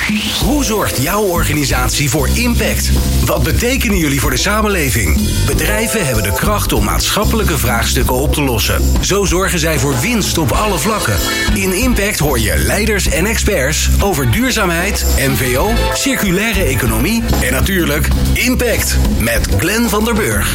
Hoe zorgt jouw organisatie voor impact? Wat betekenen jullie voor de samenleving? Bedrijven hebben de kracht om maatschappelijke vraagstukken op te lossen. Zo zorgen zij voor winst op alle vlakken. In Impact hoor je leiders en experts over duurzaamheid, MVO, circulaire economie en natuurlijk Impact met Glenn van der Burg.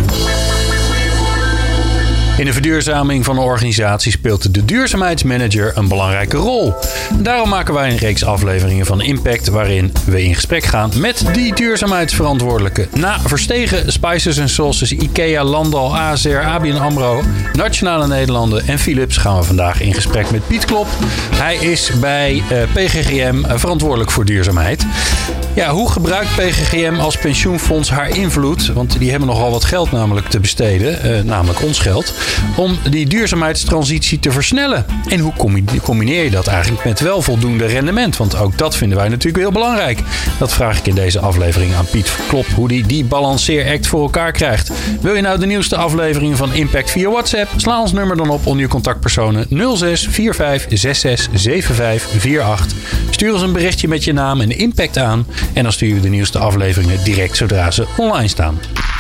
In de verduurzaming van een organisatie speelt de duurzaamheidsmanager een belangrijke rol. Daarom maken wij een reeks afleveringen van Impact waarin we in gesprek gaan met die duurzaamheidsverantwoordelijke. Na Verstegen, Spices & Sauces, IKEA, Landal, ASR, ABN AMRO, Nationale Nederlanden en Philips gaan we vandaag in gesprek met Piet Klop. Hij is bij PGGM verantwoordelijk voor duurzaamheid. Ja, hoe gebruikt PGGM als pensioenfonds haar invloed? Want die hebben nogal wat geld namelijk te besteden, namelijk ons geld, om die duurzaamheidstransitie te versnellen. En hoe combineer je dat eigenlijk met wel voldoende rendement? Want ook dat vinden wij natuurlijk heel belangrijk. Dat vraag ik in deze aflevering aan Piet Klop, hoe die balanceeract voor elkaar krijgt. Wil je nou de nieuwste afleveringen van Impact via WhatsApp? Sla ons nummer dan op onder je contactpersonen 06 45 66 75 48. Stuur ons een berichtje met je naam en Impact aan. En dan sturen we de nieuwste afleveringen direct zodra ze online staan.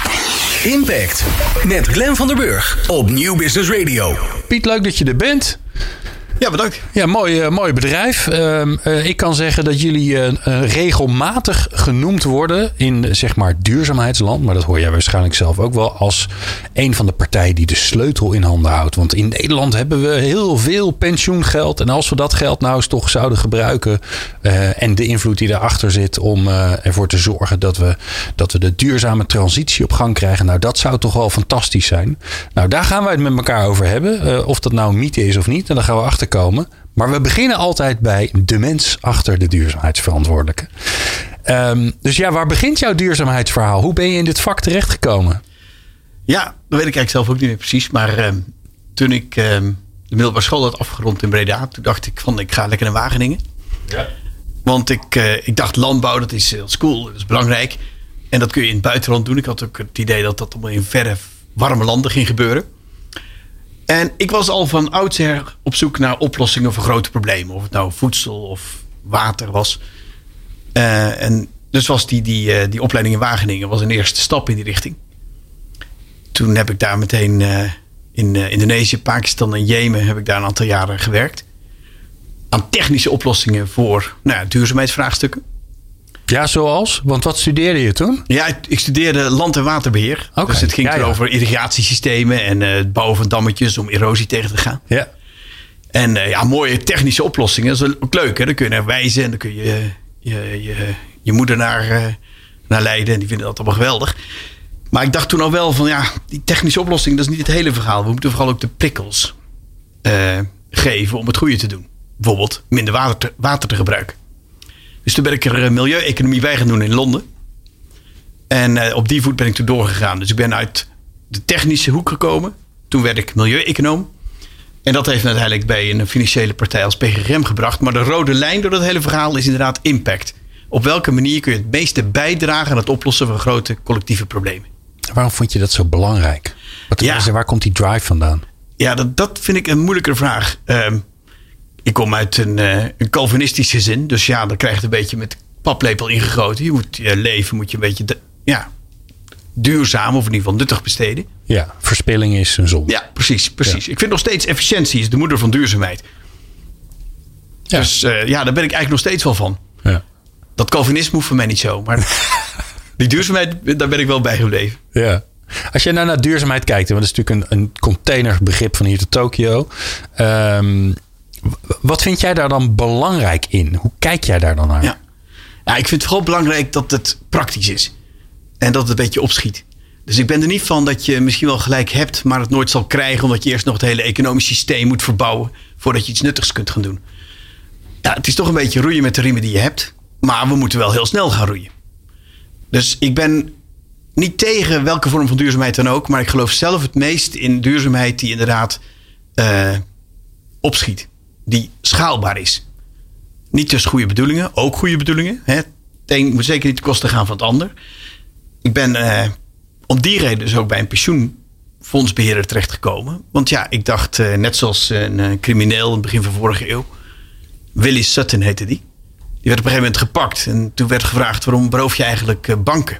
Impact met Glenn van der Burg op Nieuw Business Radio. Piet, leuk dat je er bent. Ja, bedankt. Ja, mooi bedrijf. Ik kan zeggen dat jullie regelmatig genoemd worden in zeg maar duurzaamheidsland. Maar dat hoor jij waarschijnlijk zelf ook wel als een van de partijen die de sleutel in handen houdt. Want in Nederland hebben we heel veel pensioengeld. En als we dat geld nou eens toch zouden gebruiken en de invloed die daarachter zit om ervoor te zorgen dat we de duurzame transitie op gang krijgen. Nou, dat zou toch wel fantastisch zijn. Nou, daar gaan wij het met elkaar over hebben. Of dat nou een mythe is of niet. En daar gaan we achter komen. Maar we beginnen altijd bij de mens achter de duurzaamheidsverantwoordelijke. Dus ja, waar begint jouw duurzaamheidsverhaal? Hoe ben je in dit vak terechtgekomen? Ja, dat weet ik eigenlijk zelf ook niet meer precies. Maar toen ik de middelbare school had afgerond in Breda, toen dacht ik van ik ga lekker naar Wageningen. Ja. Want ik dacht landbouw, dat is cool, dat is belangrijk. En dat kun je in het buitenland doen. Ik had ook het idee dat dat allemaal in verre warme landen ging gebeuren. En ik was al van oudsher op zoek naar oplossingen voor grote problemen. Of het nou voedsel of water was. En dus was die opleiding in Wageningen was een eerste stap in die richting. Toen heb ik daar meteen in Indonesië, Pakistan en Jemen heb ik daar een aantal jaren gewerkt. Aan technische oplossingen voor duurzaamheidsvraagstukken. Ja, zoals? Want wat studeerde je toen? Ja, ik studeerde land- en waterbeheer. Okay. Dus het ging over irrigatiesystemen en het bouwen van dammetjes om erosie tegen te gaan. Ja. En mooie technische oplossingen. Dat is ook leuk, hè? Dan kun je naar wijzen en dan kun je je moeder naar leiden. En die vinden dat allemaal geweldig. Maar ik dacht toen al wel van die technische oplossing, dat is niet het hele verhaal. We moeten vooral ook de prikkels geven om het goede te doen. Bijvoorbeeld minder water te gebruiken. Dus toen ben ik er milieueconomie bij gaan doen in Londen. En op die voet ben ik toen doorgegaan. Dus ik ben uit de technische hoek gekomen. Toen werd ik milieueconoom. En dat heeft me uiteindelijk bij een financiële partij als PGGM gebracht. Maar de rode lijn door dat hele verhaal is inderdaad impact. Op welke manier kun je het meeste bijdragen aan het oplossen van grote collectieve problemen? Waarom vond je dat zo belangrijk? Waar komt die drive vandaan? Ja, dat vind ik een moeilijke vraag. Ik kom uit een Calvinistisch gezin. Dus dan krijg je het een beetje met paplepel ingegoten. Je moet je leven een beetje duurzaam of in ieder geval nuttig besteden. Ja, verspilling is een zonde. Ja, precies. Ja. Ik vind nog steeds efficiëntie is de moeder van duurzaamheid. Ja. Dus daar ben ik eigenlijk nog steeds wel van. Ja. Dat Calvinisme hoeft voor mij niet zo. Maar die duurzaamheid, daar ben ik wel bij gebleven. Ja. Als je nou naar duurzaamheid kijkt, want dat is natuurlijk een containerbegrip van hier tot Tokio. Wat vind jij daar dan belangrijk in? Hoe kijk jij daar dan naar? Ja, ik vind het vooral belangrijk dat het praktisch is. En dat het een beetje opschiet. Dus ik ben er niet van dat je misschien wel gelijk hebt, maar het nooit zal krijgen, omdat je eerst nog het hele economisch systeem moet verbouwen voordat je iets nuttigs kunt gaan doen. Ja, het is toch een beetje roeien met de riemen die je hebt. Maar we moeten wel heel snel gaan roeien. Dus ik ben niet tegen welke vorm van duurzaamheid dan ook. Maar ik geloof zelf het meest in duurzaamheid die inderdaad opschiet. Die schaalbaar is. Niet dus goede bedoelingen. Ook goede bedoelingen. Het een moet zeker niet ten koste gaan van het ander. Ik ben om die reden dus ook bij een pensioenfondsbeheerder terechtgekomen. Want ik dacht net zoals een crimineel in het begin van vorige eeuw. Willis Sutton heette die. Die werd op een gegeven moment gepakt. En toen werd gevraagd, waarom beroof je eigenlijk banken?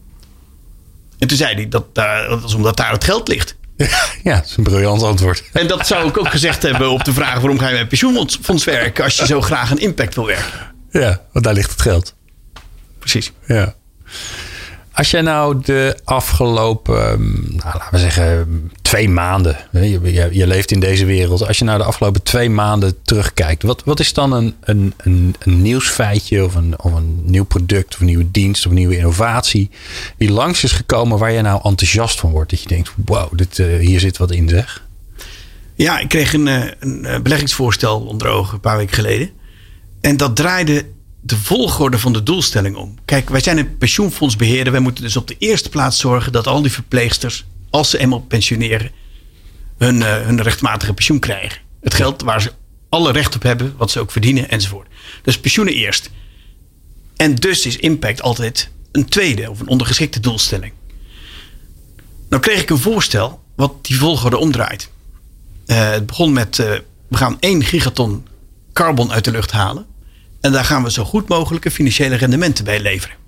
En toen zei hij, dat is omdat daar het geld ligt. Ja, dat is een briljant antwoord. En dat zou ik ook gezegd hebben op de vraag, waarom ga je bij een pensioenfonds werken als je zo graag een impact wil werken? Ja, want daar ligt het geld. Precies. Ja. Als jij nou de afgelopen, laten we zeggen 2 maanden, je leeft in deze wereld. Als je nou de afgelopen 2 maanden terugkijkt, wat is dan een nieuwsfeitje of een nieuw product of een nieuwe dienst of een nieuwe innovatie die langs is gekomen waar je nou enthousiast van wordt? Dat je denkt, wow, hier zit wat in zeg. Ja, ik kreeg een beleggingsvoorstel onder ogen een paar weken geleden. En dat draaide de volgorde van de doelstelling om. Kijk, wij zijn een pensioenfondsbeheerder. Wij moeten dus op de eerste plaats zorgen dat al die verpleegsters, als ze eenmaal pensioneren, hun rechtmatige pensioen krijgen. Het geld waar ze alle recht op hebben, wat ze ook verdienen enzovoort. Dus pensioenen eerst. En dus is impact altijd een tweede of een ondergeschikte doelstelling. Nou kreeg ik een voorstel wat die volgorde omdraait. Het begon met, we gaan 1 gigaton carbon uit de lucht halen. En daar gaan we zo goed mogelijke financiële rendementen bij leveren.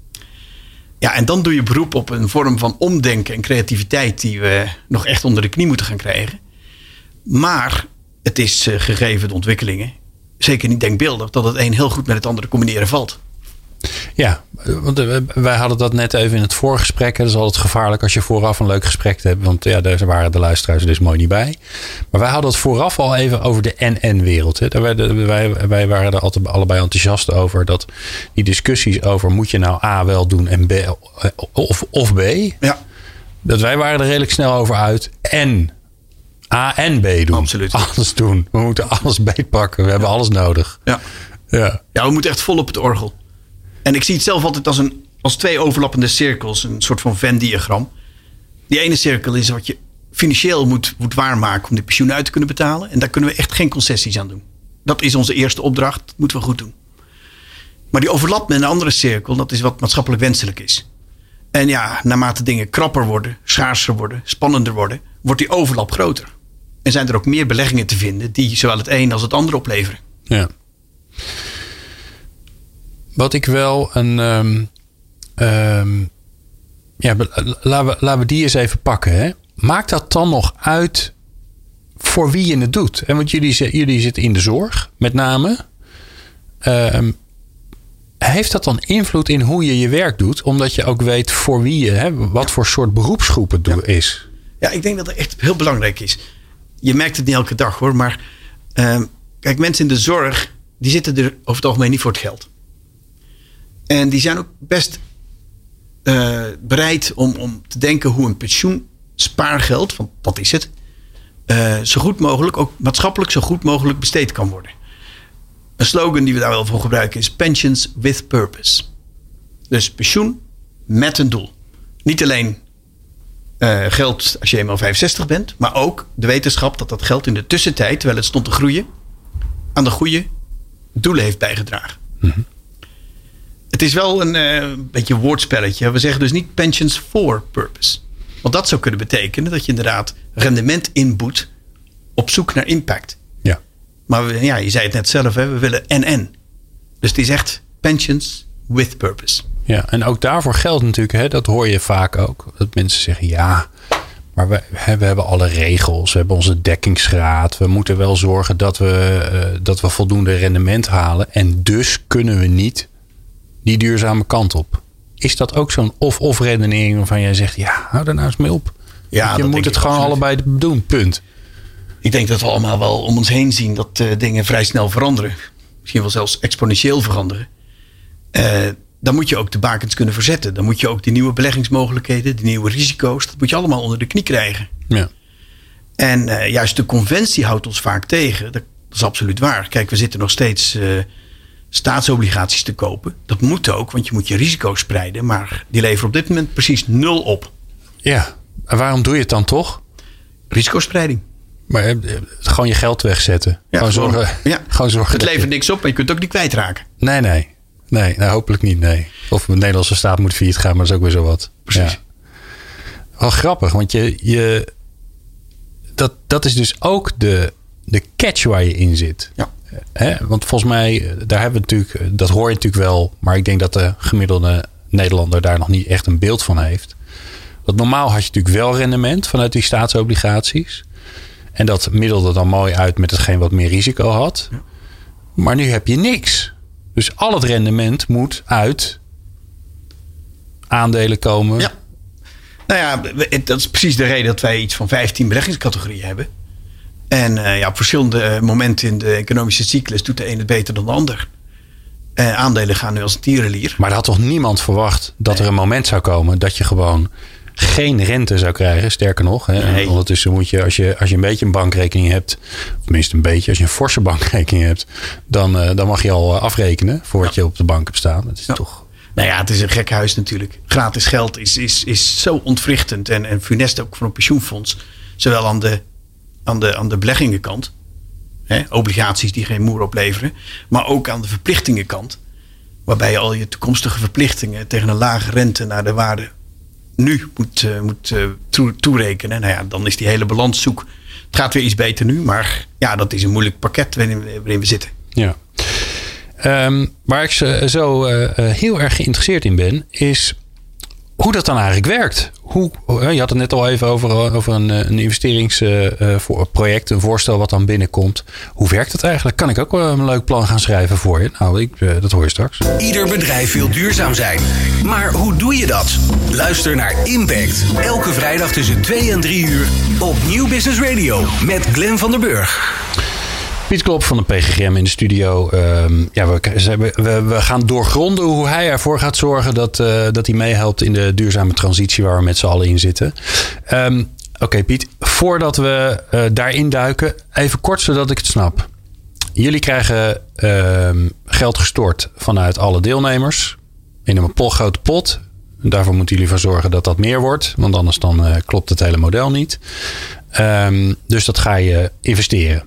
Ja, en dan doe je beroep op een vorm van omdenken en creativiteit die we nog echt onder de knie moeten gaan krijgen. Maar het is gegeven de ontwikkelingen zeker niet denkbeeldig dat het een heel goed met het andere combineren valt. Ja, want wij hadden dat net even in het voorgesprek. Dat is altijd gevaarlijk als je vooraf een leuk gesprek hebt. Want ja, daar waren de luisteraars dus mooi niet bij. Maar wij hadden het vooraf al even over de NN-wereld. Wij waren er altijd allebei enthousiast over. Dat die discussies over moet je nou A wel doen en B of B. Ja. Dat wij waren er redelijk snel over uit. En A en B doen. Absoluut. Alles doen. We moeten alles beetpakken. We hebben alles nodig. Ja, we moeten echt vol op het orgel. En ik zie het zelf altijd als 2 overlappende cirkels. Een soort van Venn-diagram. Die ene cirkel is wat je financieel moet waarmaken om de pensioen uit te kunnen betalen. En daar kunnen we echt geen concessies aan doen. Dat is onze eerste opdracht. Dat moeten we goed doen. Maar die overlapt met een andere cirkel. Dat is wat maatschappelijk wenselijk is. En ja, naarmate dingen krapper worden, schaarser worden, spannender worden, wordt die overlap groter. En zijn er ook meer beleggingen te vinden die zowel het een als het ander opleveren. Ja. Wat ik wel laten we die eens even pakken. Hè? Maakt dat dan nog uit voor wie je het doet? En want jullie zitten in de zorg, met name. Heeft dat dan invloed in hoe je je werk doet? Omdat je ook weet voor wie je, wat voor soort beroepsgroep het is. Ja, ik denk dat het echt heel belangrijk is. Je merkt het niet elke dag hoor. Maar kijk, mensen in de zorg, die zitten er over het algemeen niet voor het geld. En die zijn ook best bereid om te denken hoe een pensioenspaargeld, want dat is het, zo goed mogelijk, ook maatschappelijk zo goed mogelijk besteed kan worden. Een slogan die we daar wel voor gebruiken is Pensions with Purpose. Dus pensioen met een doel. Niet alleen geld als je eenmaal 65 bent, maar ook de wetenschap dat dat geld in de tussentijd, terwijl het stond te groeien, aan de goede doelen heeft bijgedragen. Mm-hmm. Het is wel een beetje een woordspelletje. We zeggen dus niet pensions for purpose. Want dat zou kunnen betekenen dat je inderdaad rendement inboet op zoek naar impact. Ja. Maar je zei het net zelf, we willen NN. Dus het is echt pensions with purpose. Ja, en ook daarvoor geldt natuurlijk, dat hoor je vaak ook. Dat mensen zeggen, ja, maar we hebben alle regels. We hebben onze dekkingsgraad. We moeten wel zorgen dat we voldoende rendement halen. En dus kunnen we niet die duurzame kant op. Is dat ook zo'n of-of redenering waarvan jij zegt, ja, hou daar nou eens mee op. Ja, je moet het gewoon allebei doen, punt. Ik denk dat we allemaal wel om ons heen zien dat dingen vrij snel veranderen. Misschien wel zelfs exponentieel veranderen. Dan moet je ook de bakens kunnen verzetten. Dan moet je ook die nieuwe beleggingsmogelijkheden, die nieuwe risico's, dat moet je allemaal onder de knie krijgen. Ja. En juist de conventie houdt ons vaak tegen. Dat is absoluut waar. Kijk, we zitten nog steeds staatsobligaties te kopen. Dat moet ook, want je moet je risico's spreiden. Maar die leveren op dit moment precies 0 op. Ja, en waarom doe je het dan toch? Risicospreiding. Maar gewoon je geld wegzetten. Ja, gewoon zorgen. Het levert niks op, maar je kunt het ook niet kwijtraken. Nee, nou, hopelijk niet, nee. Of de Nederlandse staat moet failliet gaan, maar dat is ook weer zo wat. Precies. Ja. Wel grappig, want dat is dus ook de catch waar je in zit. Ja. Want volgens mij, daar hebben we natuurlijk, dat hoor je natuurlijk wel. Maar ik denk dat de gemiddelde Nederlander daar nog niet echt een beeld van heeft. Want normaal had je natuurlijk wel rendement vanuit die staatsobligaties. En dat middelde dan mooi uit met hetgeen wat meer risico had. Ja. Maar nu heb je niks. Dus al het rendement moet uit aandelen komen. Ja. Nou ja, dat is precies de reden dat wij iets van 15 beleggingscategorieën hebben. En op verschillende momenten in de economische cyclus doet de een het beter dan de ander. Aandelen gaan nu als een tierenlier. Maar er had toch niemand verwacht dat er een moment zou komen dat je gewoon geen rente zou krijgen. Sterker nog, hè, ondertussen moet je als je een beetje een bankrekening hebt, of tenminste een beetje, als je een forse bankrekening hebt, dan mag je al afrekenen voor wat je op de bank hebt staan. Dat is toch. Nou ja, het is een gek huis natuurlijk. Gratis geld is zo ontwrichtend en funest ook voor een pensioenfonds. Zowel aan de beleggingenkant. Obligaties die geen moer opleveren. Maar ook aan de verplichtingenkant. Waarbij je al je toekomstige verplichtingen tegen een lage rente naar de waarde nu moet toerekenen. Nou ja, dan is die hele balanszoek. Het gaat weer iets beter nu. Maar ja, dat is een moeilijk pakket waarin we zitten. Ja. Waar ik zo heel erg geïnteresseerd in ben, is hoe dat dan eigenlijk werkt. Je had het net al even over een investeringsproject, een voorstel wat dan binnenkomt. Hoe werkt dat eigenlijk? Kan ik ook wel een leuk plan gaan schrijven voor je? Nou, dat hoor je straks. Ieder bedrijf wil duurzaam zijn. Maar hoe doe je dat? Luister naar Impact. Elke vrijdag tussen 2 en 3 uur op Nieuw Business Radio met Glenn van der Burg. Piet Klop van de PGGM in de studio. We gaan doorgronden hoe hij ervoor gaat zorgen dat hij meehelpt in de duurzame transitie waar we met z'n allen in zitten. Oké, Piet, voordat we daarin duiken, even kort zodat ik het snap. Jullie krijgen geld gestort vanuit alle deelnemers in een grote pot. Daarvoor moeten jullie ervoor zorgen dat dat meer wordt, want anders dan klopt het hele model niet. Dus dat ga je investeren.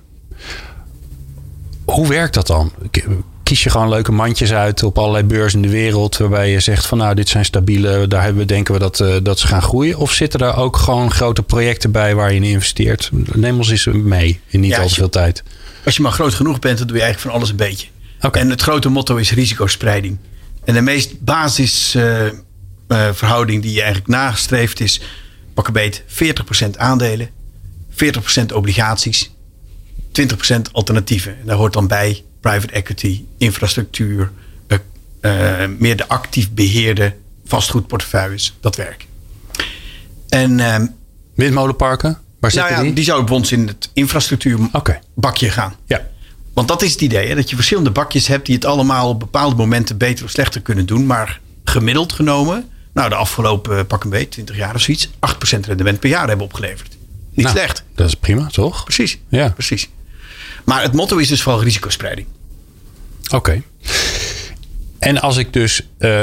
Hoe werkt dat dan? Kies je gewoon leuke mandjes uit op allerlei beurzen in de wereld, waarbij je zegt van nou, dit zijn stabiele, daar denken we dat ze gaan groeien? Of zitten daar ook gewoon grote projecten bij waar je in investeert? Neem ons eens mee in niet al te veel tijd. Als je maar groot genoeg bent, dan doe je eigenlijk van alles een beetje. Okay. En het grote motto is risicospreiding. En de meest basisverhouding die je eigenlijk nastreeft is pak een beet 40% aandelen, 40% obligaties, 20% alternatieven. En daar hoort dan bij private equity, infrastructuur, meer de actief beheerde vastgoedportefeuilles. Dat werk. En windmolenparken? Waar zitten die? Die zouden bij ons in het infrastructuurbakje gaan. Ja. Want dat is het idee, hè, dat je verschillende bakjes hebt die het allemaal op bepaalde momenten beter of slechter kunnen doen. Maar gemiddeld genomen, de afgelopen pak een beet, 20 jaar of zoiets, 8% rendement per jaar hebben opgeleverd. Niet slecht. Dat is prima, toch? Precies. Ja. Precies. Maar het motto is dus vooral risicospreiding. Oké. En als ik dus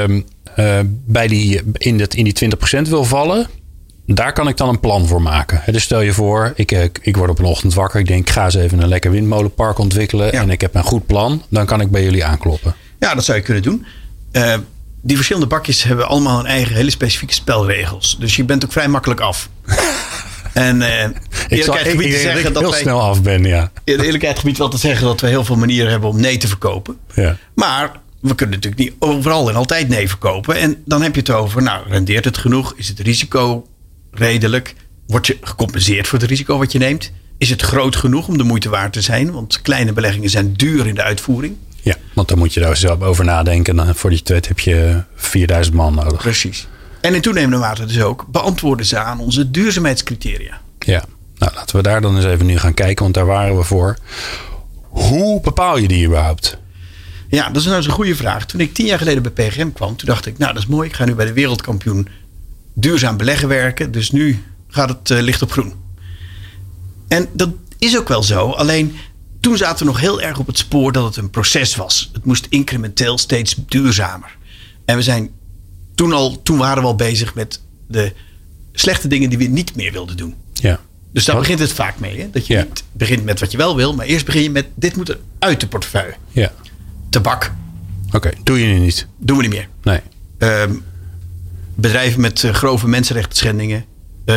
in die 20% wil vallen, daar kan ik dan een plan voor maken. Dus stel je voor, ik word op een ochtend wakker. Ik denk, ik ga eens even een lekker windmolenpark ontwikkelen. Ja. En ik heb een goed plan. Dan kan ik bij jullie aankloppen. Ja, dat zou je kunnen doen. Die verschillende bakjes hebben allemaal hun eigen hele specifieke spelregels. Dus je bent ook vrij makkelijk af. En eerlijkheidsgebied te zeggen dat heel snel af ben, ja. Eerlijkheidsgebied wel te zeggen dat we heel veel manieren hebben om nee te verkopen. Ja. Maar we kunnen natuurlijk niet overal en altijd nee verkopen. En dan heb je het over, rendeert het genoeg? Is het risico redelijk? Word je gecompenseerd voor het risico wat je neemt? Is het groot genoeg om de moeite waard te zijn? Want kleine beleggingen zijn duur in de uitvoering. Ja, want dan moet je daar zelf over nadenken. En voordat je het weet heb je 4000 man nodig. Precies. En in toenemende mate dus ook beantwoorden ze aan onze duurzaamheidscriteria. Ja, laten we daar dan eens even nu gaan kijken, want daar waren we voor. Hoe bepaal je die überhaupt? Ja, dat is nou eens een goede vraag. Toen ik 10 jaar geleden bij PGGM kwam, toen dacht ik, dat is mooi. Ik ga nu bij de wereldkampioen duurzaam beleggen werken. Dus nu gaat het licht op groen. En dat is ook wel zo. Alleen toen zaten we nog heel erg op het spoor dat het een proces was. Het moest incrementeel steeds duurzamer. En we zijn toen waren we al bezig met de slechte dingen die we niet meer wilden doen. Ja. Dus daar begint het vaak mee. Hè? Dat je niet begint met wat je wel wil. Maar eerst begin je met dit moet er uit de portefeuille. Ja. Tabak. Oké, doe je nu niet. Doen we niet meer. Nee. Bedrijven met grove mensenrechten schendingen.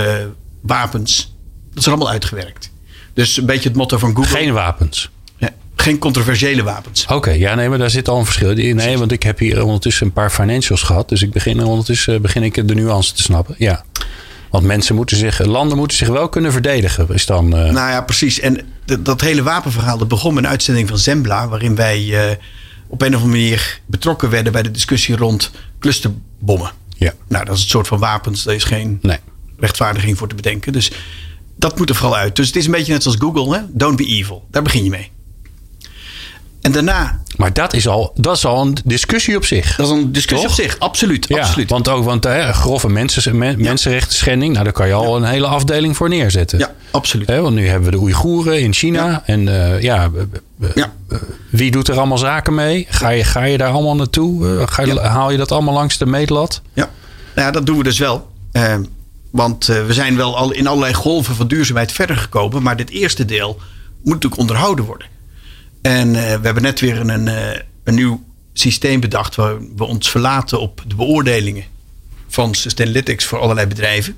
Wapens. Dat is er allemaal uitgewerkt. Dus een beetje het motto van Google. Geen wapens. Ja. geen controversiële wapens. Oké, ja, nee, maar daar zit al een verschil. Nee, want ik heb hier ondertussen een paar financials gehad. Dus ondertussen begin ik de nuance te snappen. Ja. Want landen moeten zich wel kunnen verdedigen. Is dan, Nou ja, precies. En dat hele wapenverhaal, dat begon met een uitzending van Zembla, waarin wij op een of andere manier betrokken werden bij de discussie rond clusterbommen. Ja. Nou, dat is het soort van wapens. Daar is geen rechtvaardiging voor te bedenken. Dus dat moet er vooral uit. Dus het is een beetje net zoals Google. Hè? Don't be evil. Daar begin je mee. En daarna... Maar dat is al een discussie op zich. Dat is een discussie op zich, absoluut. Ja, absoluut. Want grove mensenrechten schending, nou, daar kan je al een hele afdeling voor neerzetten. Ja, absoluut. Want nu hebben we de Oeigoeren in China. Ja. En wie doet er allemaal zaken mee? Ga je daar allemaal naartoe? Haal je dat allemaal langs de meetlat? Ja, nou, dat doen we dus wel. Want we zijn wel al in allerlei golven van duurzaamheid verder gekomen. Maar dit eerste deel moet natuurlijk onderhouden worden. En we hebben net weer een nieuw systeem bedacht waar we ons verlaten op de beoordelingen van Sustainalytics voor allerlei bedrijven.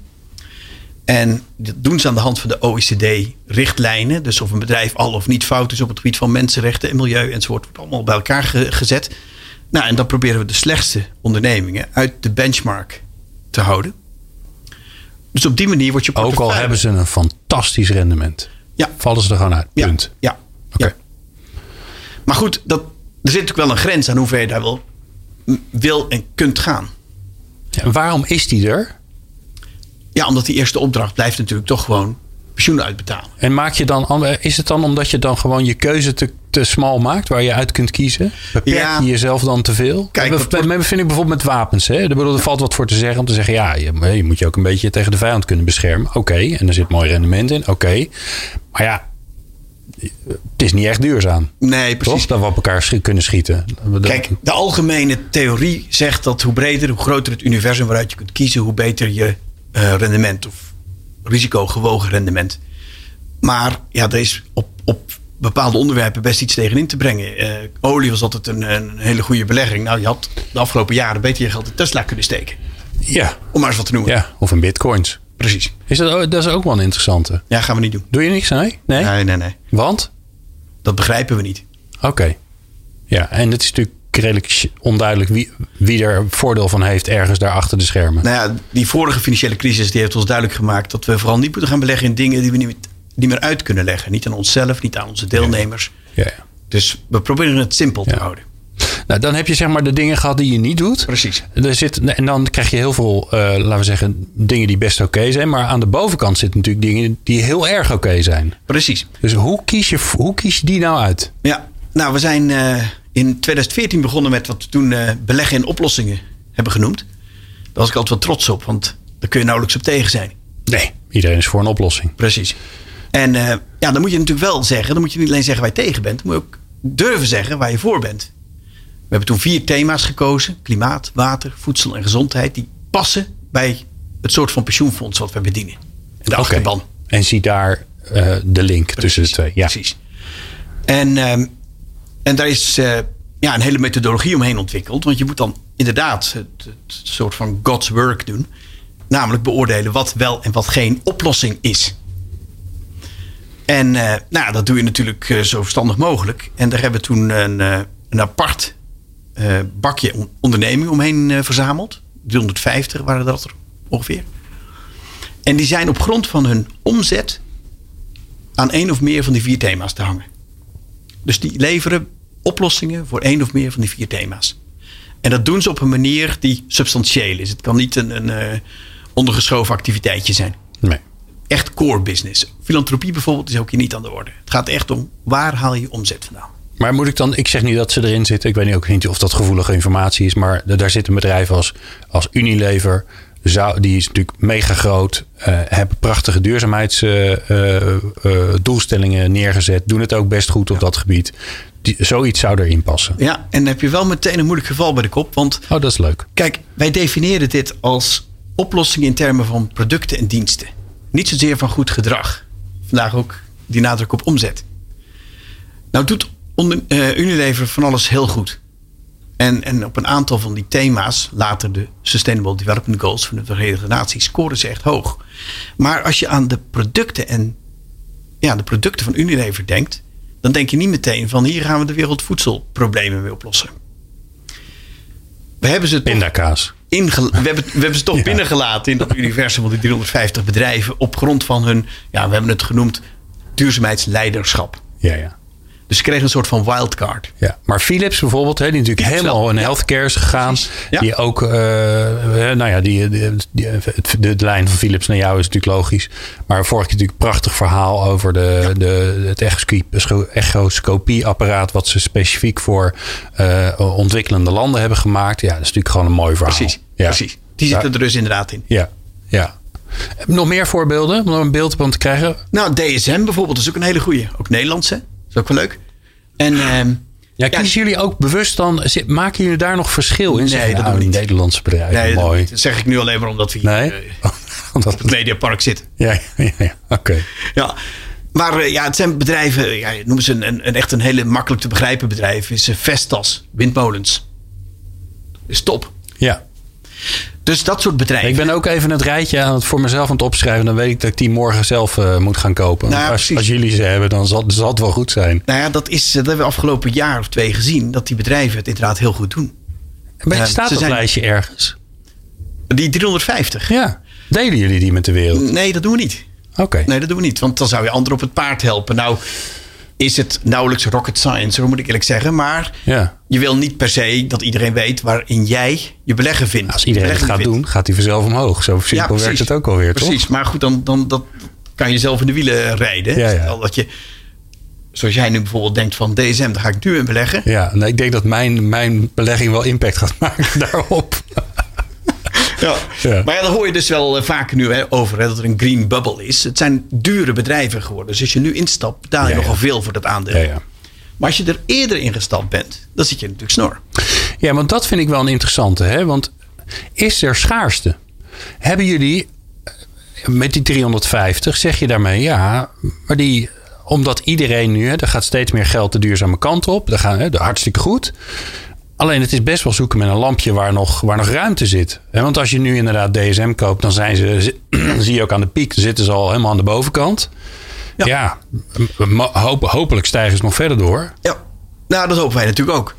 En dat doen ze aan de hand van de OECD-richtlijnen. Dus of een bedrijf al of niet fout is op het gebied van mensenrechten en milieu enzovoort, wordt allemaal bij elkaar gezet. Nou, en dan proberen we de slechtste ondernemingen uit de benchmark te houden. Dus op die manier wordt je portefeuille... Ook al hebben ze een fantastisch rendement. Ja. Vallen ze er gewoon uit. Punt. Ja. Oké. Ja. Maar goed, er zit natuurlijk wel een grens aan hoe ver je daar wil en kunt gaan. Ja, waarom is die er? Ja, omdat die eerste opdracht blijft natuurlijk toch gewoon pensioenen uitbetalen. En is het dan omdat je dan gewoon je keuze te smal maakt waar je uit kunt kiezen? Beperk je jezelf dan te veel? Kijk, dat vind ik bijvoorbeeld met wapens. Hè? Er valt wat voor te zeggen om te zeggen, ja, je moet je ook een beetje tegen de vijand kunnen beschermen. Oké, en er zit mooi rendement in. Oké. Maar ja, het is niet echt duurzaam. Nee, precies. Toch? Dat we op elkaar kunnen schieten. Kijk, de algemene theorie zegt dat hoe breder, hoe groter het universum waaruit je kunt kiezen, hoe beter je rendement of risicogewogen rendement. Maar ja, er is op bepaalde onderwerpen best iets tegenin te brengen. Olie was altijd een hele goede belegging. Nou, je had de afgelopen jaren beter je geld in Tesla kunnen steken. Ja. Om maar eens wat te noemen. Ja, of in bitcoins. Precies. Dat is ook wel een interessante. Ja, gaan we niet doen. Doe je niks? Nee? Nee. Want? Dat begrijpen we niet. Oké. Ja, en het is natuurlijk redelijk onduidelijk wie er voordeel van heeft ergens daar achter de schermen. Nou ja, die vorige financiële crisis die heeft ons duidelijk gemaakt dat we vooral niet moeten gaan beleggen in dingen die we niet meer uit kunnen leggen. Niet aan onszelf, niet aan onze deelnemers. Ja. Dus we proberen het simpel te houden. Nou, dan heb je zeg maar de dingen gehad die je niet doet. Precies. En dan krijg je heel veel, laten we zeggen, dingen die best oké zijn. Maar aan de bovenkant zitten natuurlijk dingen die heel erg oké zijn. Precies. Dus hoe kies je die nou uit? Ja, nou, we zijn in 2014 begonnen met wat we toen beleggen in oplossingen hebben genoemd. Daar was ik altijd wel trots op, want daar kun je nauwelijks op tegen zijn. Nee, iedereen is voor een oplossing. Precies. En dan moet je natuurlijk wel zeggen, dan moet je niet alleen zeggen waar je tegen bent. Dan moet je ook durven zeggen waar je voor bent. We hebben toen 4 thema's gekozen. Klimaat, water, voedsel en gezondheid. Die passen bij het soort van pensioenfonds wat we bedienen. En de achterban. En zie daar de link tussen de twee. Ja. Precies. En daar is een hele methodologie omheen ontwikkeld. Want je moet dan inderdaad het soort van God's work doen. Namelijk beoordelen wat wel en wat geen oplossing is. En dat doe je natuurlijk zo verstandig mogelijk. En daar hebben we toen een apart bakje ondernemingen omheen verzameld. 350 waren dat er ongeveer. En die zijn op grond van hun omzet aan 1 of meer van die 4 thema's te hangen. Dus die leveren oplossingen voor 1 of meer van die 4 thema's. En dat doen ze op een manier die substantieel is. Het kan niet een ondergeschoven activiteitje zijn. Nee. Echt core business. Filantropie bijvoorbeeld is ook hier niet aan de orde. Het gaat echt om waar haal je omzet vandaan. Maar moet ik dan, ik zeg niet dat ze erin zitten. Ik weet ook niet of dat gevoelige informatie is. Maar daar zit een bedrijf als Unilever. Die is natuurlijk mega groot. Hebben prachtige duurzaamheidsdoelstellingen neergezet. Doen het ook best goed op dat gebied. Zoiets zou erin passen. Ja, en dan heb je wel meteen een moeilijk geval bij de kop. Want, dat is leuk. Kijk, wij definiëren dit als oplossingen in termen van producten en diensten. Niet zozeer van goed gedrag. Vandaag ook die nadruk op omzet. Nou doet Unilever van alles heel goed. En op een aantal van die thema's, later de Sustainable Development Goals van de Verenigde Naties, scoren ze echt hoog. Maar als je aan de producten van Unilever denkt, dan denk je niet meteen van hier gaan we de wereldvoedselproblemen mee oplossen. We hebben ze pindakaas. We hebben ze toch binnengelaten in dat universum van die 350 bedrijven op grond van hun, we hebben het genoemd, duurzaamheidsleiderschap. Ja. Dus ze kregen een soort van wildcard. Ja, maar Philips bijvoorbeeld, die natuurlijk helemaal in healthcare is gegaan. Ja. Die ook, de lijn van Philips naar jou is natuurlijk logisch. Maar vorige keer natuurlijk een prachtig verhaal over het echoscopieapparaat wat ze specifiek voor ontwikkelende landen hebben gemaakt. Ja, dat is natuurlijk gewoon een mooi verhaal. Precies. Die zitten er dus inderdaad in. Ja. Nog meer voorbeelden om een beeld van te krijgen? Nou, DSM bijvoorbeeld is ook een hele goeie. Ook Nederlandse. Dat is ook wel leuk. En, kiezen jullie ook bewust dan? Maken jullie daar nog verschil in? Nee, dat doen we niet. Nederlandse bedrijven. Nee, mooi. Dat zeg ik nu alleen maar omdat we hier op het Mediapark zitten. Ja, oké. Ja, maar het zijn bedrijven, noemen ze echt een hele makkelijk te begrijpen bedrijf. Is Vestas, windmolens. Is top. Ja. Dus dat soort bedrijven. Ik ben ook even het rijtje voor mezelf aan het opschrijven. Dan weet ik dat ik die morgen zelf moet gaan kopen. Nou, als jullie ze hebben, dan zal het wel goed zijn. Nou ja, dat hebben we afgelopen jaar of 2 gezien. Dat die bedrijven het inderdaad heel goed doen. Staat dat lijstje ergens? Die 350. Ja. Delen jullie die met de wereld? Nee, dat doen we niet. Oké. Nee, dat doen we niet. Want dan zou je anderen op het paard helpen. Nou is het nauwelijks rocket science, moet ik eerlijk zeggen. Maar je wil niet per se dat iedereen weet waarin jij je beleggen vindt. Als iedereen het gaat doen, gaat hij vanzelf omhoog. Zo simpel werkt het ook alweer, toch? Precies, maar goed, dan dat kan je zelf in de wielen rijden. Ja. Dat je, zoals jij nu bijvoorbeeld denkt van DSM, daar ga ik nu in beleggen. Ja, ik denk dat mijn belegging wel impact gaat maken daarop. Ja. Maar dan hoor je dus wel vaker nu over dat er een green bubble is. Het zijn dure bedrijven geworden. Dus als je nu instapt, betaal je nogal veel voor dat aandeel. Ja. Maar als je er eerder in gestapt bent, dan zit je natuurlijk snor. Ja, want dat vind ik wel een interessante. Hè? Want is er schaarste? Hebben jullie met die 350, zeg je daarmee, maar omdat iedereen nu, er gaat steeds meer geld de duurzame kant op. Hartstikke goed. Alleen het is best wel zoeken met een lampje waar nog ruimte zit. Want als je nu inderdaad DSM koopt, dan zie je ook aan de piek, dan zitten ze al helemaal aan de bovenkant. Ja, hopelijk stijgen ze nog verder door. Ja, nou dat hopen wij natuurlijk ook.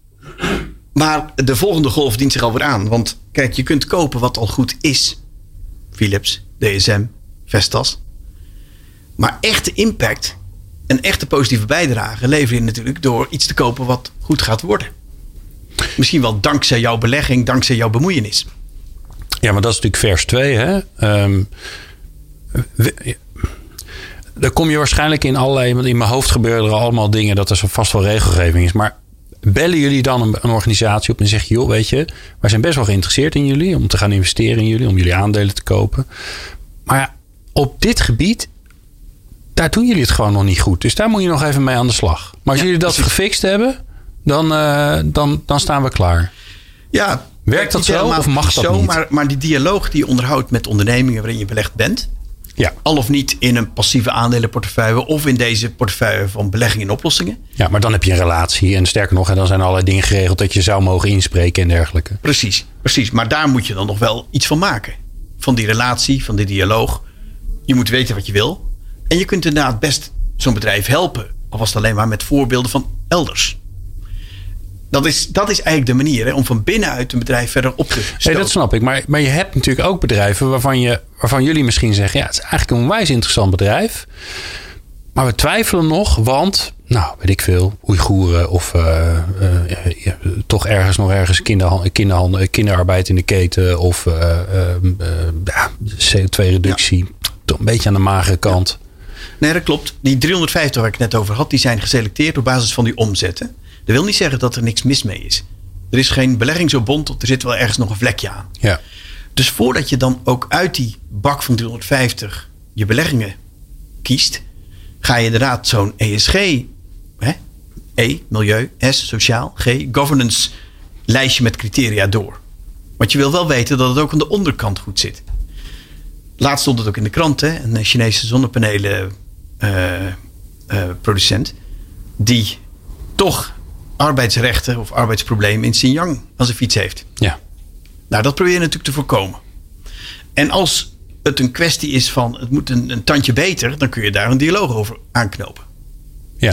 Maar de volgende golf dient zich alweer aan. Want kijk, je kunt kopen wat al goed is. Philips, DSM, Vestas. Maar echte impact, een echte positieve bijdrage lever je natuurlijk door iets te kopen wat goed gaat worden. Misschien wel dankzij jouw belegging, dankzij jouw bemoeienis. Ja, maar dat is natuurlijk vers 2. Hè? Daar kom je waarschijnlijk in allerlei... Want in mijn hoofd gebeuren er allemaal dingen dat er vast wel regelgeving is. Maar bellen jullie dan een organisatie op en zeg je... joh, weet je, wij zijn best wel geïnteresseerd in jullie... om te gaan investeren in jullie, om jullie aandelen te kopen. Maar op dit gebied... daar doen jullie het gewoon nog niet goed. Dus daar moet je nog even mee aan de slag. Maar als jullie dat gefixt hebben... Dan staan we klaar. Ja, werkt dat zo of mag dat niet? Maar die dialoog die je onderhoudt met ondernemingen waarin je belegd bent... al of niet in een passieve aandelenportefeuille... of in deze portefeuille van beleggingen en oplossingen. Ja, maar dan heb je een relatie. En sterker nog, dan zijn allerlei dingen geregeld... dat je zou mogen inspreken en dergelijke. Precies. Maar daar moet je dan nog wel iets van maken. Van die relatie, van die dialoog. Je moet weten wat je wil. En je kunt inderdaad best zo'n bedrijf helpen. Al was het alleen maar met voorbeelden van elders. Dat is eigenlijk de manier om van binnenuit een bedrijf verder op te stoten. Nee, dat snap ik. Maar je hebt natuurlijk ook bedrijven waarvan jullie misschien zeggen... ja, het is eigenlijk een onwijs interessant bedrijf. Maar we twijfelen nog, want... nou, weet ik veel, Oeigoeren of toch ergens kinderarbeid in de keten... of CO2-reductie, toch een beetje aan de magere kant. Nee, dat klopt. Die 350 waar ik net over had... die zijn geselecteerd op basis van die omzetten... Dat wil niet zeggen dat er niks mis mee is. Er is geen belegging zo bont, er zit wel ergens nog een vlekje aan. Ja. Dus voordat je dan ook uit die bak van 350 je beleggingen kiest... ga je inderdaad zo'n ESG, E, milieu, S, sociaal, G, governance lijstje met criteria door. Want je wil wel weten dat het ook aan de onderkant goed zit. Laatst stond het ook in de krant, een Chinese zonnepanelen producent... die toch arbeidsrechten of arbeidsproblemen in Xinjiang aan zijn fiets heeft. Ja. Nou, dat probeer je natuurlijk te voorkomen. En als het een kwestie is van het moet een tandje beter... dan kun je daar een dialoog over aanknopen. Ja.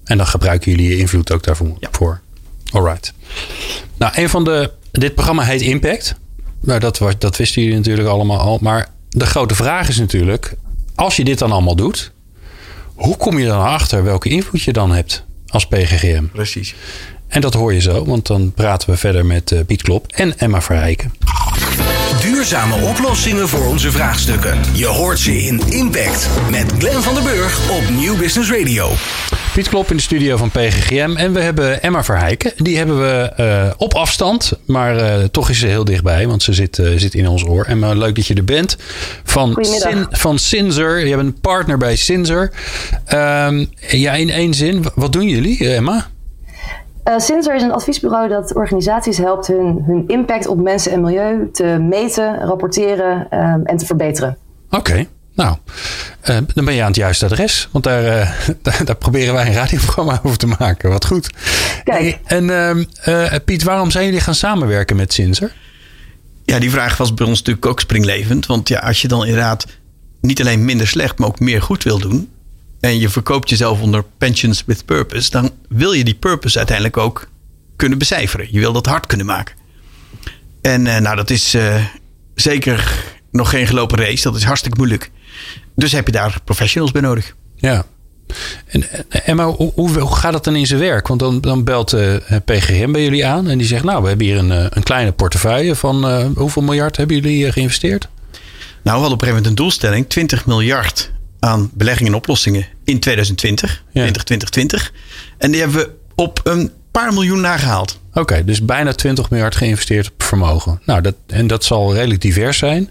En dan gebruiken jullie je invloed ook daarvoor? Ja. Alright. Nou, dit programma heet Impact. Nou, dat wisten jullie natuurlijk allemaal al. Maar de grote vraag is natuurlijk, als je dit dan allemaal doet, hoe kom je dan achter welke invloed je dan hebt als PGGM? Precies. En dat hoor je zo, want dan praten we verder met Piet Klop en Emma Verheiken. Duurzame oplossingen voor onze vraagstukken. Je hoort ze in Impact met Glenn van den Burg op Nieuw Business Radio. Piet Klop in de studio van PGGM. En we hebben Emma Verheiken. Die hebben we op afstand. Maar toch is ze heel dichtbij. Want ze zit in ons oor. Emma, leuk dat je er bent. Van Cinzer. Je bent een partner bij Cinzer. In één zin. Wat doen jullie, Emma? Cinzer is een adviesbureau dat organisaties helpt hun impact op mensen en milieu te meten, rapporteren en te verbeteren. Oké. Nou, dan ben je aan het juiste adres. Want daar proberen wij een radioprogramma over te maken. Wat goed. Kijk. En Piet, waarom zijn jullie gaan samenwerken met Cinzer? Ja, die vraag was bij ons natuurlijk ook springlevend. Want ja, als je dan inderdaad niet alleen minder slecht, maar ook meer goed wil doen. En je verkoopt jezelf onder Pensions with Purpose. Dan wil je die purpose uiteindelijk ook kunnen becijferen. Je wil dat hard kunnen maken. En dat is zeker nog geen gelopen race. Dat is hartstikke moeilijk. Dus heb je daar professionals bij nodig. Ja. En Emma, hoe gaat dat dan in zijn werk? Want dan belt PGGM bij jullie aan. En die zegt, nou, we hebben hier een kleine portefeuille van hoeveel miljard hebben jullie geïnvesteerd? Nou, we hadden op een gegeven moment een doelstelling. 20 miljard aan beleggingen en oplossingen in 2020. Ja. 2020. En die hebben we op een paar miljoen nagehaald. Oké, dus bijna 20 miljard geïnvesteerd op vermogen. Nou, dat zal redelijk divers zijn.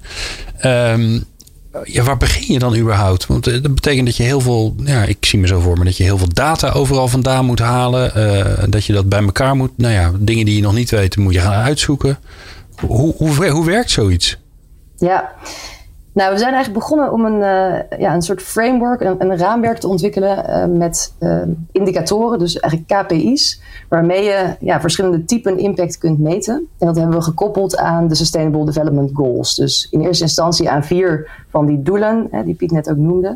Waar begin je dan überhaupt? Want dat betekent dat je heel veel, ik zie me zo voor me, dat je heel veel data overal vandaan moet halen. Dat je dat bij elkaar moet, dingen die je nog niet weet, moet je gaan uitzoeken. Hoe werkt zoiets? Ja, nou, we zijn eigenlijk begonnen om een soort framework, een raamwerk te ontwikkelen met indicatoren, dus eigenlijk KPI's, waarmee je verschillende typen impact kunt meten. En dat hebben we gekoppeld aan de Sustainable Development Goals. Dus in eerste instantie aan 4 van die doelen, die Piet net ook noemde.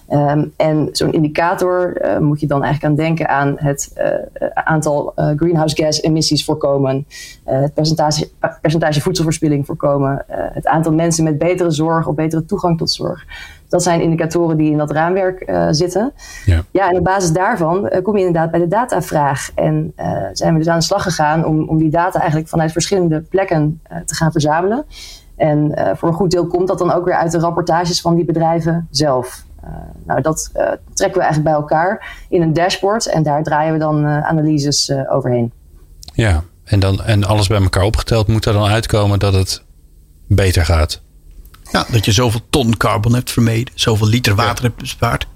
En zo'n indicator moet je dan eigenlijk aan denken aan het aantal greenhouse gas emissies voorkomen, het percentage voedselverspilling voorkomen, het aantal mensen met betere zorg of betere toegang tot zorg. Dat zijn indicatoren die in dat raamwerk zitten. Ja, en op basis daarvan kom je inderdaad bij de datavraag. En zijn we dus aan de slag gegaan om die data eigenlijk vanuit verschillende plekken te gaan verzamelen. En voor een goed deel komt dat dan ook weer uit de rapportages van die bedrijven zelf. Dat trekken we eigenlijk bij elkaar in een dashboard. En daar draaien we dan analyses overheen. Ja, en alles bij elkaar opgeteld moet er dan uitkomen dat het beter gaat. Ja, dat je zoveel ton carbon hebt vermeden. Zoveel liter water hebt bespaard.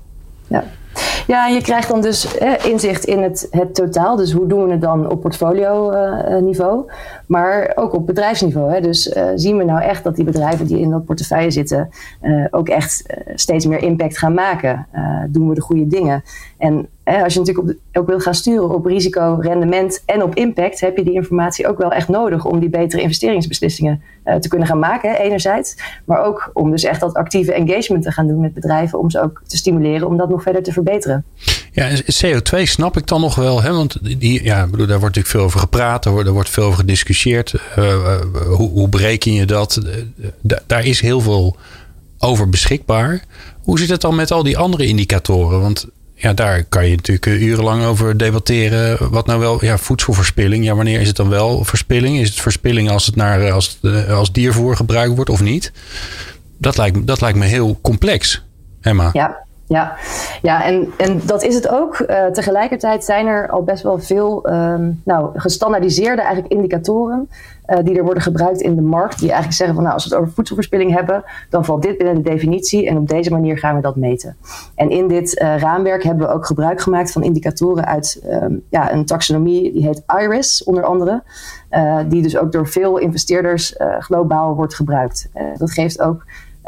Ja, en je krijgt dan dus inzicht in het totaal. Dus hoe doen we het dan op portfolio niveau. Maar ook op bedrijfsniveau. Dus zien we nou echt dat die bedrijven die in dat portefeuille zitten ook echt steeds meer impact gaan maken. Doen we de goede dingen. En als je natuurlijk ook wil gaan sturen op risico, rendement en op impact, heb je die informatie ook wel echt nodig om die betere investeringsbeslissingen te kunnen gaan maken, enerzijds. Maar ook om dus echt dat actieve engagement te gaan doen met bedrijven, om ze ook te stimuleren om dat nog verder te verbeteren. Ja, CO2 snap ik dan nog wel, hè? Want daar wordt natuurlijk veel over gepraat, er wordt veel over gediscussieerd. Hoe bereken je dat? Daar is heel veel over beschikbaar. Hoe zit het dan met al die andere indicatoren? Want daar kan je natuurlijk urenlang over debatteren. Wat nou wel, voedselverspilling. Ja, wanneer is het dan wel verspilling? Is het verspilling als het als diervoer gebruikt wordt of niet? Dat lijkt me heel complex, Emma. Ja, en dat is het ook. Tegelijkertijd zijn er al best wel veel gestandaardiseerde eigenlijk indicatoren die er worden gebruikt in de markt. Die eigenlijk zeggen van als we het over voedselverspilling hebben, dan valt dit binnen de definitie en op deze manier gaan we dat meten. En in dit raamwerk hebben we ook gebruik gemaakt van indicatoren uit een taxonomie die heet IRIS onder andere. Die dus ook door veel investeerders globaal wordt gebruikt. Dat geeft ook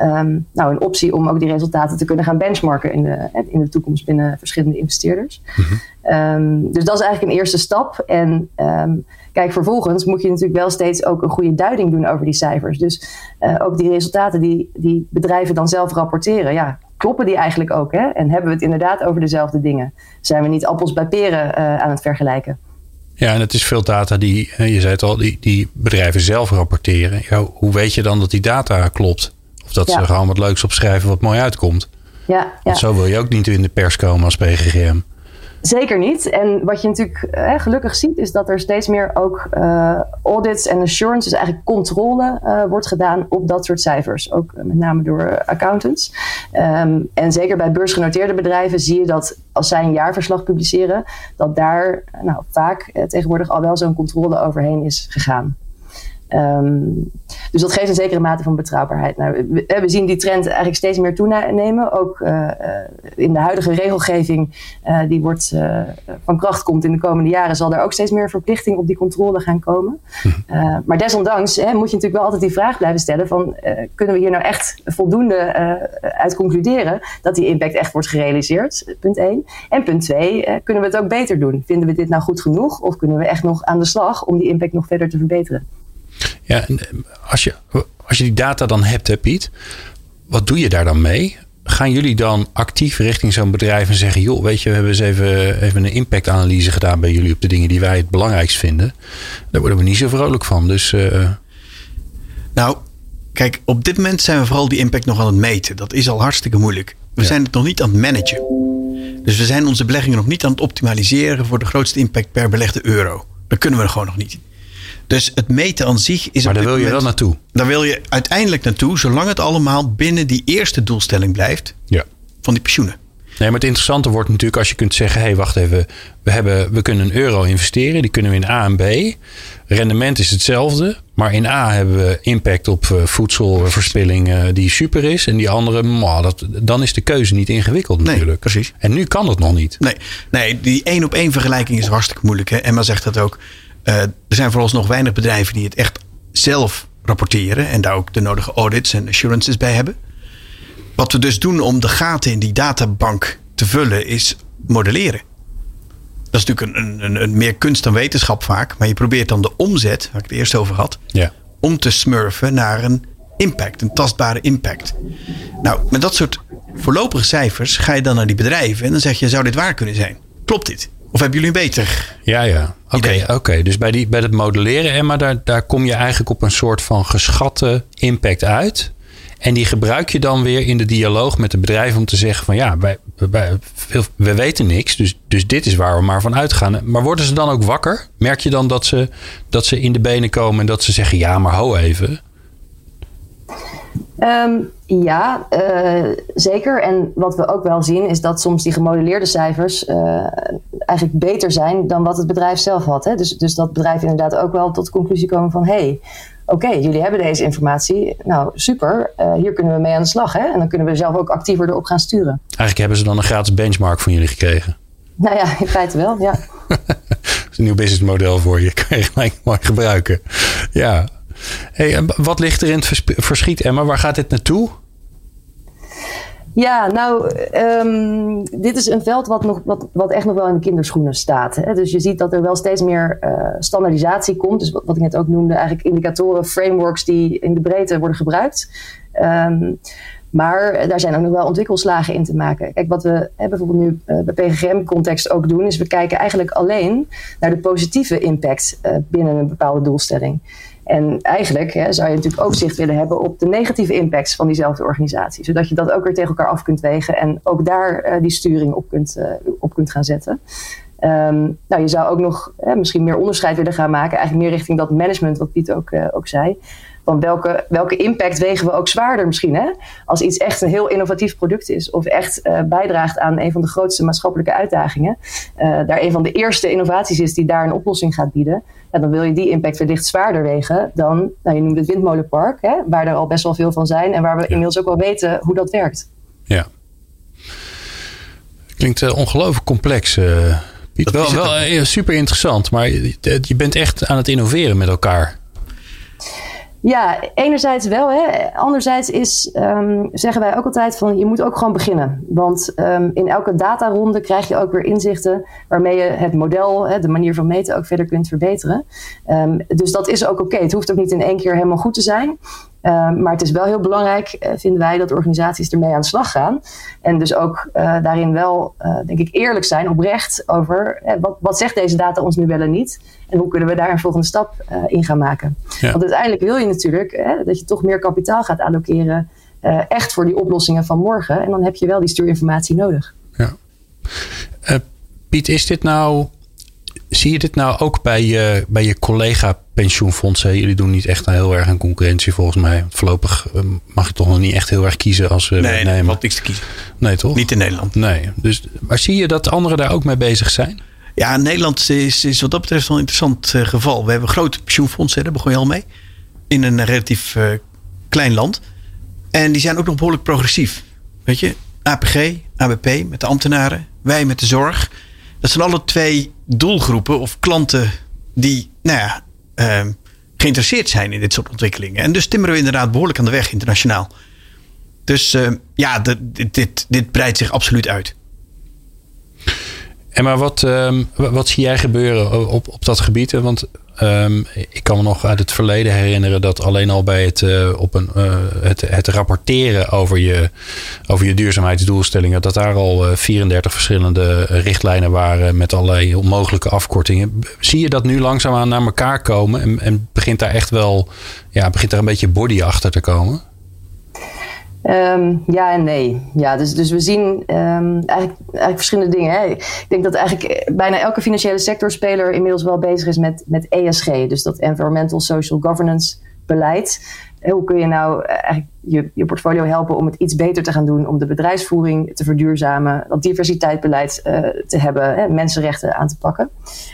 een optie om ook die resultaten te kunnen gaan benchmarken in de toekomst binnen verschillende investeerders. Mm-hmm. Dus dat is eigenlijk een eerste stap. En kijk, vervolgens moet je natuurlijk wel steeds ook een goede duiding doen over die cijfers. Dus ook die resultaten die bedrijven dan zelf rapporteren, kloppen die eigenlijk ook? Hè? En hebben we het inderdaad over dezelfde dingen? Zijn we niet appels bij peren aan het vergelijken? Ja, en het is veel data die, je zei het al, die bedrijven zelf rapporteren. Ja, hoe weet je dan dat die data klopt? Of dat ze gewoon wat leuks opschrijven wat mooi uitkomt? Ja. Want zo wil je ook niet in de pers komen als PGGM. Zeker niet. En wat je natuurlijk gelukkig ziet, is dat er steeds meer ook audits en assurance, dus eigenlijk controle, wordt gedaan op dat soort cijfers. Ook met name door accountants. En zeker bij beursgenoteerde bedrijven zie je dat als zij een jaarverslag publiceren, dat daar vaak tegenwoordig al wel zo'n controle overheen is gegaan. Dus dat geeft een zekere mate van betrouwbaarheid. Nou, we zien die trend eigenlijk steeds meer toenemen. Ook in de huidige regelgeving die wordt van kracht komt in de komende jaren, zal er ook steeds meer verplichting op die controle gaan komen. Maar desondanks moet je natuurlijk wel altijd die vraag blijven stellen van kunnen we hier nou echt voldoende uit concluderen dat die impact echt wordt gerealiseerd? Punt 1. En punt 2, kunnen we het ook beter doen? Vinden we dit nou goed genoeg? Of kunnen we echt nog aan de slag om die impact nog verder te verbeteren? Ja, als je die data dan hebt, hè, Piet, wat doe je daar dan mee? Gaan jullie dan actief richting zo'n bedrijf en zeggen, joh, weet je, we hebben eens even een impactanalyse gedaan bij jullie op de dingen die wij het belangrijkst vinden. Daar worden we niet zo vrolijk van. Dus, Nou, kijk, op dit moment zijn we vooral die impact nog aan het meten. Dat is al hartstikke moeilijk. We zijn het nog niet aan het managen. Dus we zijn onze beleggingen nog niet aan het optimaliseren voor de grootste impact per belegde euro. Dat kunnen we gewoon nog niet. Dus het meten aan zich is... Maar daar wil je wel naartoe. Daar wil je uiteindelijk naartoe, zolang het allemaal binnen die eerste doelstelling blijft van die pensioenen. Nee, maar het interessante wordt natuurlijk als je kunt zeggen, hey, wacht even, we kunnen een euro investeren, die kunnen we in A en B. Rendement is hetzelfde, maar in A hebben we impact op voedselverspilling die super is. En die andere, dan is de keuze niet ingewikkeld natuurlijk. Nee, precies. En nu kan dat nog niet. Nee, die 1-op-1 vergelijking is hartstikke moeilijk. Hè? Emma zegt dat ook. Er zijn vooralsnog weinig bedrijven die het echt zelf rapporteren. En daar ook de nodige audits en assurances bij hebben. Wat we dus doen om de gaten in die databank te vullen is modelleren. Dat is natuurlijk een meer kunst dan wetenschap vaak. Maar je probeert dan de omzet, waar ik het eerst over had, om te smurfen naar een impact, een tastbare impact. Nou, met dat soort voorlopige cijfers ga je dan naar die bedrijven en dan zeg je, zou dit waar kunnen zijn? Klopt dit? Of hebben jullie een beter? Ja. Oké. Dus bij het modelleren, Emma, daar kom je eigenlijk op een soort van geschatte impact uit. En die gebruik je dan weer in de dialoog met de bedrijven om te zeggen van ja, we weten niks. Dus dit is waar we maar van uitgaan. Maar worden ze dan ook wakker? Merk je dan dat ze in de benen komen en dat ze zeggen ja, maar ho even. Zeker. En wat we ook wel zien is dat soms die gemodelleerde cijfers eigenlijk beter zijn dan wat het bedrijf zelf had. Hè? Dus dat bedrijf inderdaad ook wel tot de conclusie komen van oké, jullie hebben deze informatie. Nou, super. Hier kunnen we mee aan de slag. Hè? En dan kunnen we zelf ook actiever erop gaan sturen. Eigenlijk hebben ze dan een gratis benchmark van jullie gekregen. Nou ja, in feite wel, ja. Dat is een nieuw businessmodel voor je. Kan je gelijk mooi gebruiken. Ja. Hey, wat ligt er in het verschiet, Emma? Waar gaat dit naartoe? Ja, dit is een veld wat echt nog wel in de kinderschoenen staat. Hè? Dus je ziet dat er wel steeds meer standaardisatie komt. Dus wat ik net ook noemde, eigenlijk indicatoren, frameworks die in de breedte worden gebruikt. Maar daar zijn ook nog wel ontwikkelslagen in te maken. Kijk, wat we bijvoorbeeld nu bij PGGM-context ook doen, is we kijken eigenlijk alleen naar de positieve impact binnen een bepaalde doelstelling. En eigenlijk zou je natuurlijk ook zicht willen hebben op de negatieve impacts van diezelfde organisatie. Zodat je dat ook weer tegen elkaar af kunt wegen en ook daar die sturing op kunt gaan zetten. Je zou ook nog misschien meer onderscheid willen gaan maken. Eigenlijk meer richting dat management, wat Piet ook zei. Van welke impact wegen we ook zwaarder misschien? Hè? Als iets echt een heel innovatief product is. Of echt bijdraagt aan een van de grootste maatschappelijke uitdagingen. Daar een van de eerste innovaties is die daar een oplossing gaat bieden. Ja, dan wil je die impact wellicht zwaarder wegen dan, je noemt het windmolenpark. Hè, waar er al best wel veel van zijn. En waar we inmiddels ook wel weten hoe dat werkt. Ja. Klinkt ongelooflijk complex, Piet. Wel super interessant. Maar je bent echt aan het innoveren met elkaar. Ja, enerzijds wel. Hè. Anderzijds zeggen wij ook altijd van je moet ook gewoon beginnen. Want in elke dataronde krijg je ook weer inzichten waarmee je het model, de manier van meten ook verder kunt verbeteren. Dus dat is ook oké. Het hoeft ook niet in één keer helemaal goed te zijn. Maar het is wel heel belangrijk, vinden wij, dat organisaties ermee aan de slag gaan. En dus ook daarin wel, denk ik, eerlijk zijn, oprecht over wat zegt deze data ons nu wel en niet. En hoe kunnen we daar een volgende stap in gaan maken. Ja. Want uiteindelijk wil je natuurlijk dat je toch meer kapitaal gaat allokeren. Echt voor die oplossingen van morgen. En dan heb je wel die stuurinformatie nodig. Ja. Piet, zie je dit nou ook bij je collega pensioenfondsen? Jullie doen niet echt heel erg aan concurrentie volgens mij. Voorlopig mag je toch nog niet echt heel erg kiezen als nee, er valt niks te kiezen. Nee, toch? Niet in Nederland. Nee. Dus, maar zie je dat anderen daar ook mee bezig zijn? Ja, Nederland is wat dat betreft wel een interessant geval. We hebben grote pensioenfondsen, daar begon je al mee. In een relatief klein land. En die zijn ook nog behoorlijk progressief. Weet je, APG, ABP met de ambtenaren. Wij met de zorg. Dat zijn alle 2 doelgroepen of klanten die geïnteresseerd zijn in dit soort ontwikkelingen. En dus timmeren we inderdaad behoorlijk aan de weg internationaal. Dus dit breidt zich absoluut uit. En maar wat zie jij gebeuren op dat gebied? Want ik kan me nog uit het verleden herinneren dat alleen al bij het rapporteren over je duurzaamheidsdoelstellingen, dat daar al 34 verschillende richtlijnen waren met allerlei onmogelijke afkortingen. Zie je dat nu langzaamaan naar elkaar komen en begint daar echt wel, begint er een beetje body achter te komen? Ja en nee. Ja, dus we zien eigenlijk verschillende dingen. Hè. Ik denk dat eigenlijk bijna elke financiële sectorspeler inmiddels wel bezig is met ESG. Dus dat Environmental Social Governance beleid. Hoe kun je nou eigenlijk je portfolio helpen om het iets beter te gaan doen, om de bedrijfsvoering te verduurzamen, dat diversiteitsbeleid te hebben, mensenrechten aan te pakken.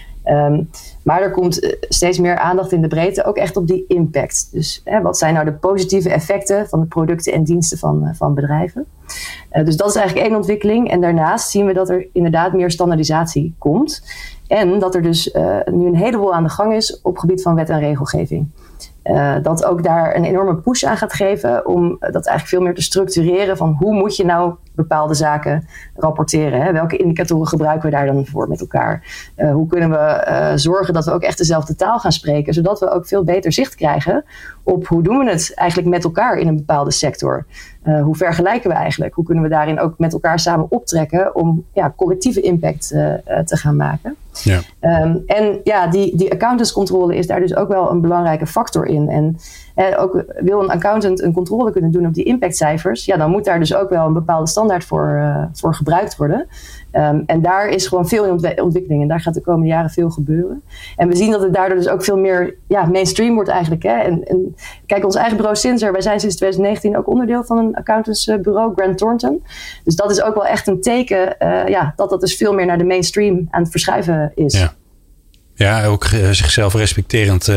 Maar er komt steeds meer aandacht in de breedte ook echt op die impact. Dus wat zijn nou de positieve effecten van de producten en diensten van bedrijven? Dus dat is eigenlijk 1 ontwikkeling. En daarnaast zien we dat er inderdaad meer standaardisatie komt. En dat er dus nu een heleboel aan de gang is op gebied van wet en regelgeving. Dat ook daar een enorme push aan gaat geven om dat eigenlijk veel meer te structureren van hoe moet je nou bepaalde zaken rapporteren. Hè? Welke indicatoren gebruiken we daar dan voor met elkaar? Hoe kunnen we zorgen dat we ook echt dezelfde taal gaan spreken, zodat we ook veel beter zicht krijgen op hoe doen we het eigenlijk met elkaar in een bepaalde sector. Hoe vergelijken we eigenlijk? Hoe kunnen we daarin ook met elkaar samen optrekken om collectieve impact te gaan maken? Ja. En die accountantscontrole is daar dus ook wel een belangrijke factor in. En ook wil een accountant een controle kunnen doen op die impactcijfers, dan moet daar dus ook wel een bepaalde standaard voor gebruikt worden. En daar is gewoon veel in ontwikkeling. En daar gaat de komende jaren veel gebeuren. En we zien dat het daardoor dus ook veel meer mainstream wordt eigenlijk. Hè? En kijk, ons eigen bureau Cinzer, wij zijn sinds 2019 ook onderdeel van een accountantsbureau, Grant Thornton. Dus dat is ook wel echt een teken dat dus veel meer naar de mainstream aan het verschuiven is. Ja, ook zichzelf respecterend.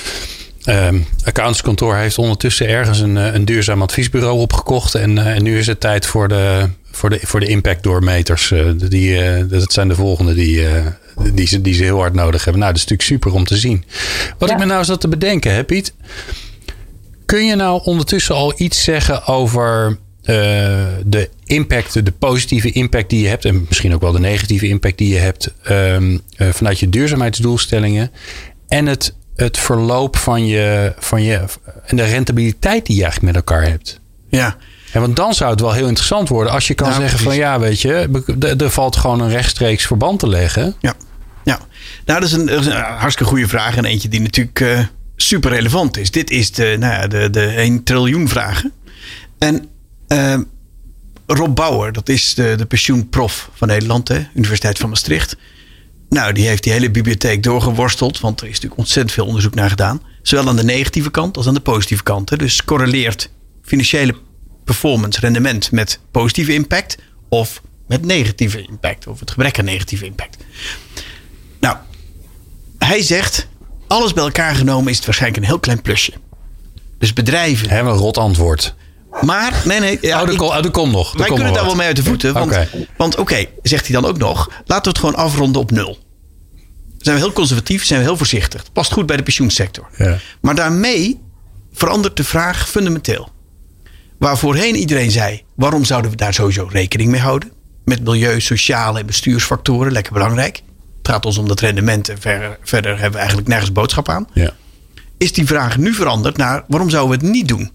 Accountantskantoor heeft ondertussen ergens een duurzaam adviesbureau opgekocht. En nu is het tijd voor de impactdoormeters. Dat zijn de volgende die ze heel hard nodig hebben. Nou, dat is natuurlijk super om te zien. Wat ik me nou zat te bedenken, hè, Piet. Kun je nou ondertussen al iets zeggen over de impact, de positieve impact die je hebt, en misschien ook wel de negatieve impact die je hebt vanuit je duurzaamheidsdoelstellingen en het verloop van je en de rentabiliteit die je eigenlijk met elkaar hebt? Ja. En want dan zou het wel heel interessant worden als je kan zeggen precies. Van weet je, er valt gewoon een rechtstreeks verband te leggen. Ja. Nou, dat is een hartstikke goede vraag en eentje die natuurlijk super relevant is. Dit is de 1 triljoen vragen. En Rob Bauer, dat is de pensioenprof van Nederland, hè, Universiteit van Maastricht. Nou, die heeft die hele bibliotheek doorgeworsteld, want er is natuurlijk ontzettend veel onderzoek naar gedaan. Zowel aan de negatieve kant als aan de positieve kant. Hè. Dus correleert financiële performance, rendement met positieve impact of met negatieve impact, of het gebrek aan negatieve impact. Nou, hij zegt, alles bij elkaar genomen is het waarschijnlijk een heel klein plusje. Dus bedrijven... Hebben een rot antwoord. Maar, nee. Ja, dat komt nog. Wij kunnen daar wel mee uit de voeten. Want oké, zegt hij dan ook nog, laten we het gewoon afronden op 0. Zijn we heel conservatief, zijn we heel voorzichtig. Het past goed bij de pensioensector. Ja. Maar daarmee verandert de vraag fundamenteel. Waar voorheen iedereen zei, waarom zouden we daar sowieso rekening mee houden? Met milieu, sociale en bestuursfactoren, lekker belangrijk. Het gaat ons om dat rendement en verder hebben we eigenlijk nergens boodschap aan. Ja. Is die vraag nu veranderd naar, waarom zouden we het niet doen?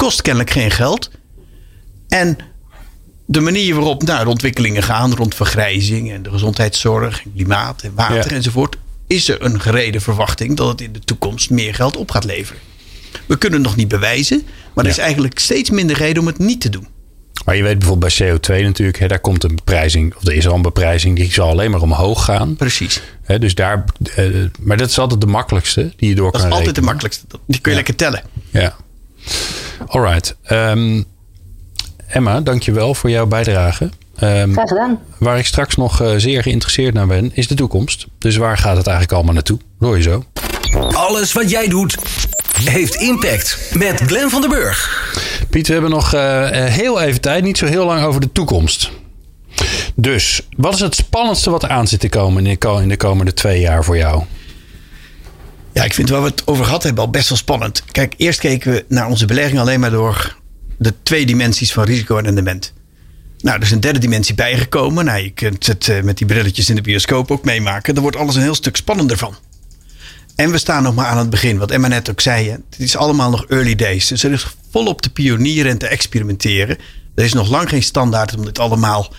kost kennelijk geen geld. En de manier waarop de ontwikkelingen gaan rond vergrijzing en de gezondheidszorg, en klimaat en water enzovoort, is er een gereden verwachting dat het in de toekomst meer geld op gaat leveren. We kunnen het nog niet bewijzen, maar er is eigenlijk steeds minder reden om het niet te doen. Maar je weet bijvoorbeeld bij CO2 natuurlijk, daar komt een beprijzing, of er is al een beprijzing, die zal alleen maar omhoog gaan. Precies. Dus daar, maar dat is altijd de makkelijkste die je door kan rekenen. Dat is altijd de makkelijkste. Die kun je lekker tellen. Ja. Alright. Emma, dankjewel voor jouw bijdrage. Graag gedaan. Waar ik straks nog zeer geïnteresseerd naar ben, is de toekomst. Dus waar gaat het eigenlijk allemaal naartoe? Dat hoor je zo. Alles wat jij doet heeft impact. Met Glenn van den Burg. Piet, we hebben nog heel even tijd. Niet zo heel lang over de toekomst. Dus, wat is het spannendste wat er aan zit te komen in de komende 2 jaar voor jou? Ja, ik vind waar we het over gehad hebben al best wel spannend. Kijk, eerst keken we naar onze belegging alleen maar door de 2 dimensies van risico en rendement. Nou, er is een 3e dimensie bijgekomen. Nou, je kunt het met die brilletjes in de bioscoop ook meemaken. Daar wordt alles een heel stuk spannender van. En we staan nog maar aan het begin. Wat Emma net ook zei. Het is allemaal nog early days. Dus er is volop te pionieren en te experimenteren. Er is nog lang geen standaard om dit allemaal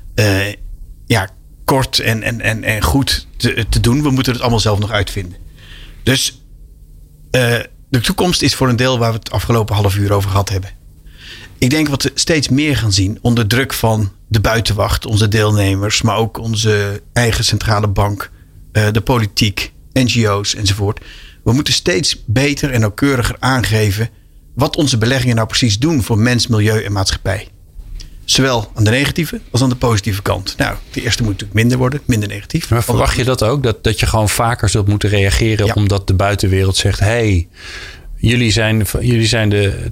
kort en goed te doen. We moeten het allemaal zelf nog uitvinden. Dus de toekomst is voor een deel waar we het afgelopen half uur over gehad hebben. Ik denk wat we steeds meer gaan zien onder druk van de buitenwacht, onze deelnemers, maar ook onze eigen centrale bank, de politiek, NGO's enzovoort. We moeten steeds beter en nauwkeuriger aangeven wat onze beleggingen nou precies doen voor mens, milieu en maatschappij. Zowel aan de negatieve als aan de positieve kant. Nou, de eerste moet natuurlijk minder worden, minder negatief. Maar verwacht je dat ook? Dat je gewoon vaker zult moeten reageren omdat de buitenwereld zegt, hey, jullie zijn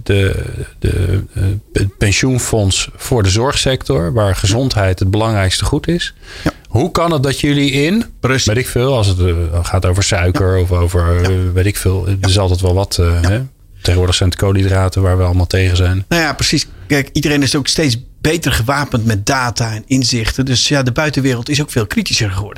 het pensioenfonds voor de zorgsector, waar gezondheid het belangrijkste goed is. Ja. Hoe kan het dat jullie weet ik veel, als het gaat over suiker of over weet ik veel, er is altijd wel wat. Hè? Tegenwoordig zijn het koolhydraten waar we allemaal tegen zijn. Nou ja, precies. Kijk, iedereen is ook steeds beter gewapend met data en inzichten. Dus ja, de buitenwereld is ook veel kritischer geworden.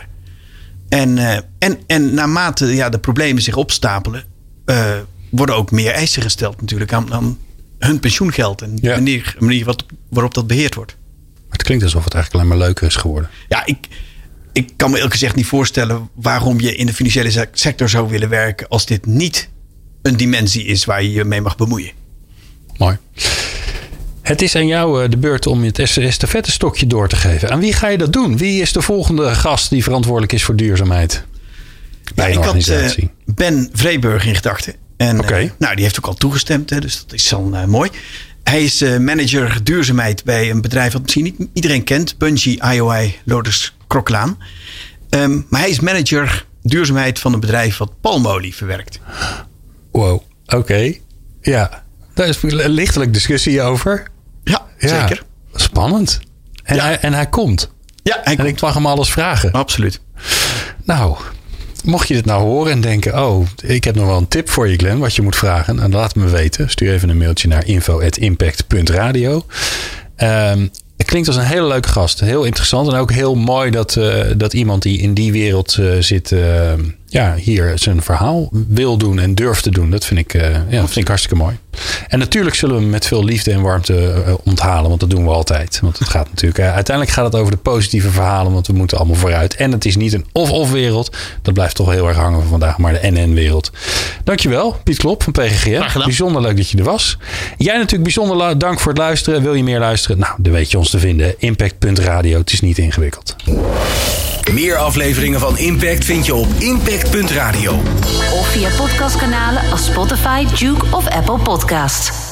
En naarmate de problemen zich opstapelen, worden ook meer eisen gesteld natuurlijk aan hun pensioengeld. En de manier waarop dat beheerd wordt. Maar het klinkt alsof het eigenlijk alleen maar leuker is geworden. Ja, ik kan me eerlijk gezegd niet voorstellen waarom je in de financiële sector zou willen werken als dit niet een dimensie is waar je je mee mag bemoeien. Mooi. Het is aan jou de beurt om het estafettestokje door te geven. Aan wie ga je dat doen? Wie is de volgende gast die verantwoordelijk is voor duurzaamheid bij een organisatie? Ik had Ben Vreeburg in gedachten. En die heeft ook al toegestemd, hè, dus dat is dan mooi. Hij is manager duurzaamheid bij een bedrijf dat misschien niet iedereen kent. Bunge, IOI, Lotus, Croclaan. Maar hij is manager duurzaamheid van een bedrijf wat palmolie verwerkt. Wow, oké. Ja, daar is een lichtelijk discussie over. Ja, zeker. Spannend. En hij komt. Ja, hij komt. Ik mag hem alles vragen. Absoluut. Nou, mocht je dit nou horen en denken, ik heb nog wel een tip voor je, Glenn, wat je moet vragen. En laat het me weten. Stuur even een mailtje naar info@impact.radio. Het klinkt als een hele leuke gast. Heel interessant. En ook heel mooi dat iemand die in die wereld zit, hier zijn verhaal wil doen en durft te doen. Dat vind ik hartstikke mooi. En natuurlijk zullen we hem met veel liefde en warmte onthalen. Want dat doen we altijd. Want het gaat natuurlijk, uiteindelijk gaat het over de positieve verhalen. Want we moeten allemaal vooruit. En het is niet een of-of wereld. Dat blijft toch heel erg hangen van vandaag. Maar de NN-wereld. Dankjewel, Piet Klop van PGGM. Bijzonder leuk dat je er was. Jij natuurlijk bijzonder dank voor het luisteren. Wil je meer luisteren? Nou, dan weet je ons te vinden. Impact.radio. Het is niet ingewikkeld. Meer afleveringen van Impact vind je op impact.radio. Of via podcastkanalen als Spotify, Juke of Apple Podcasts.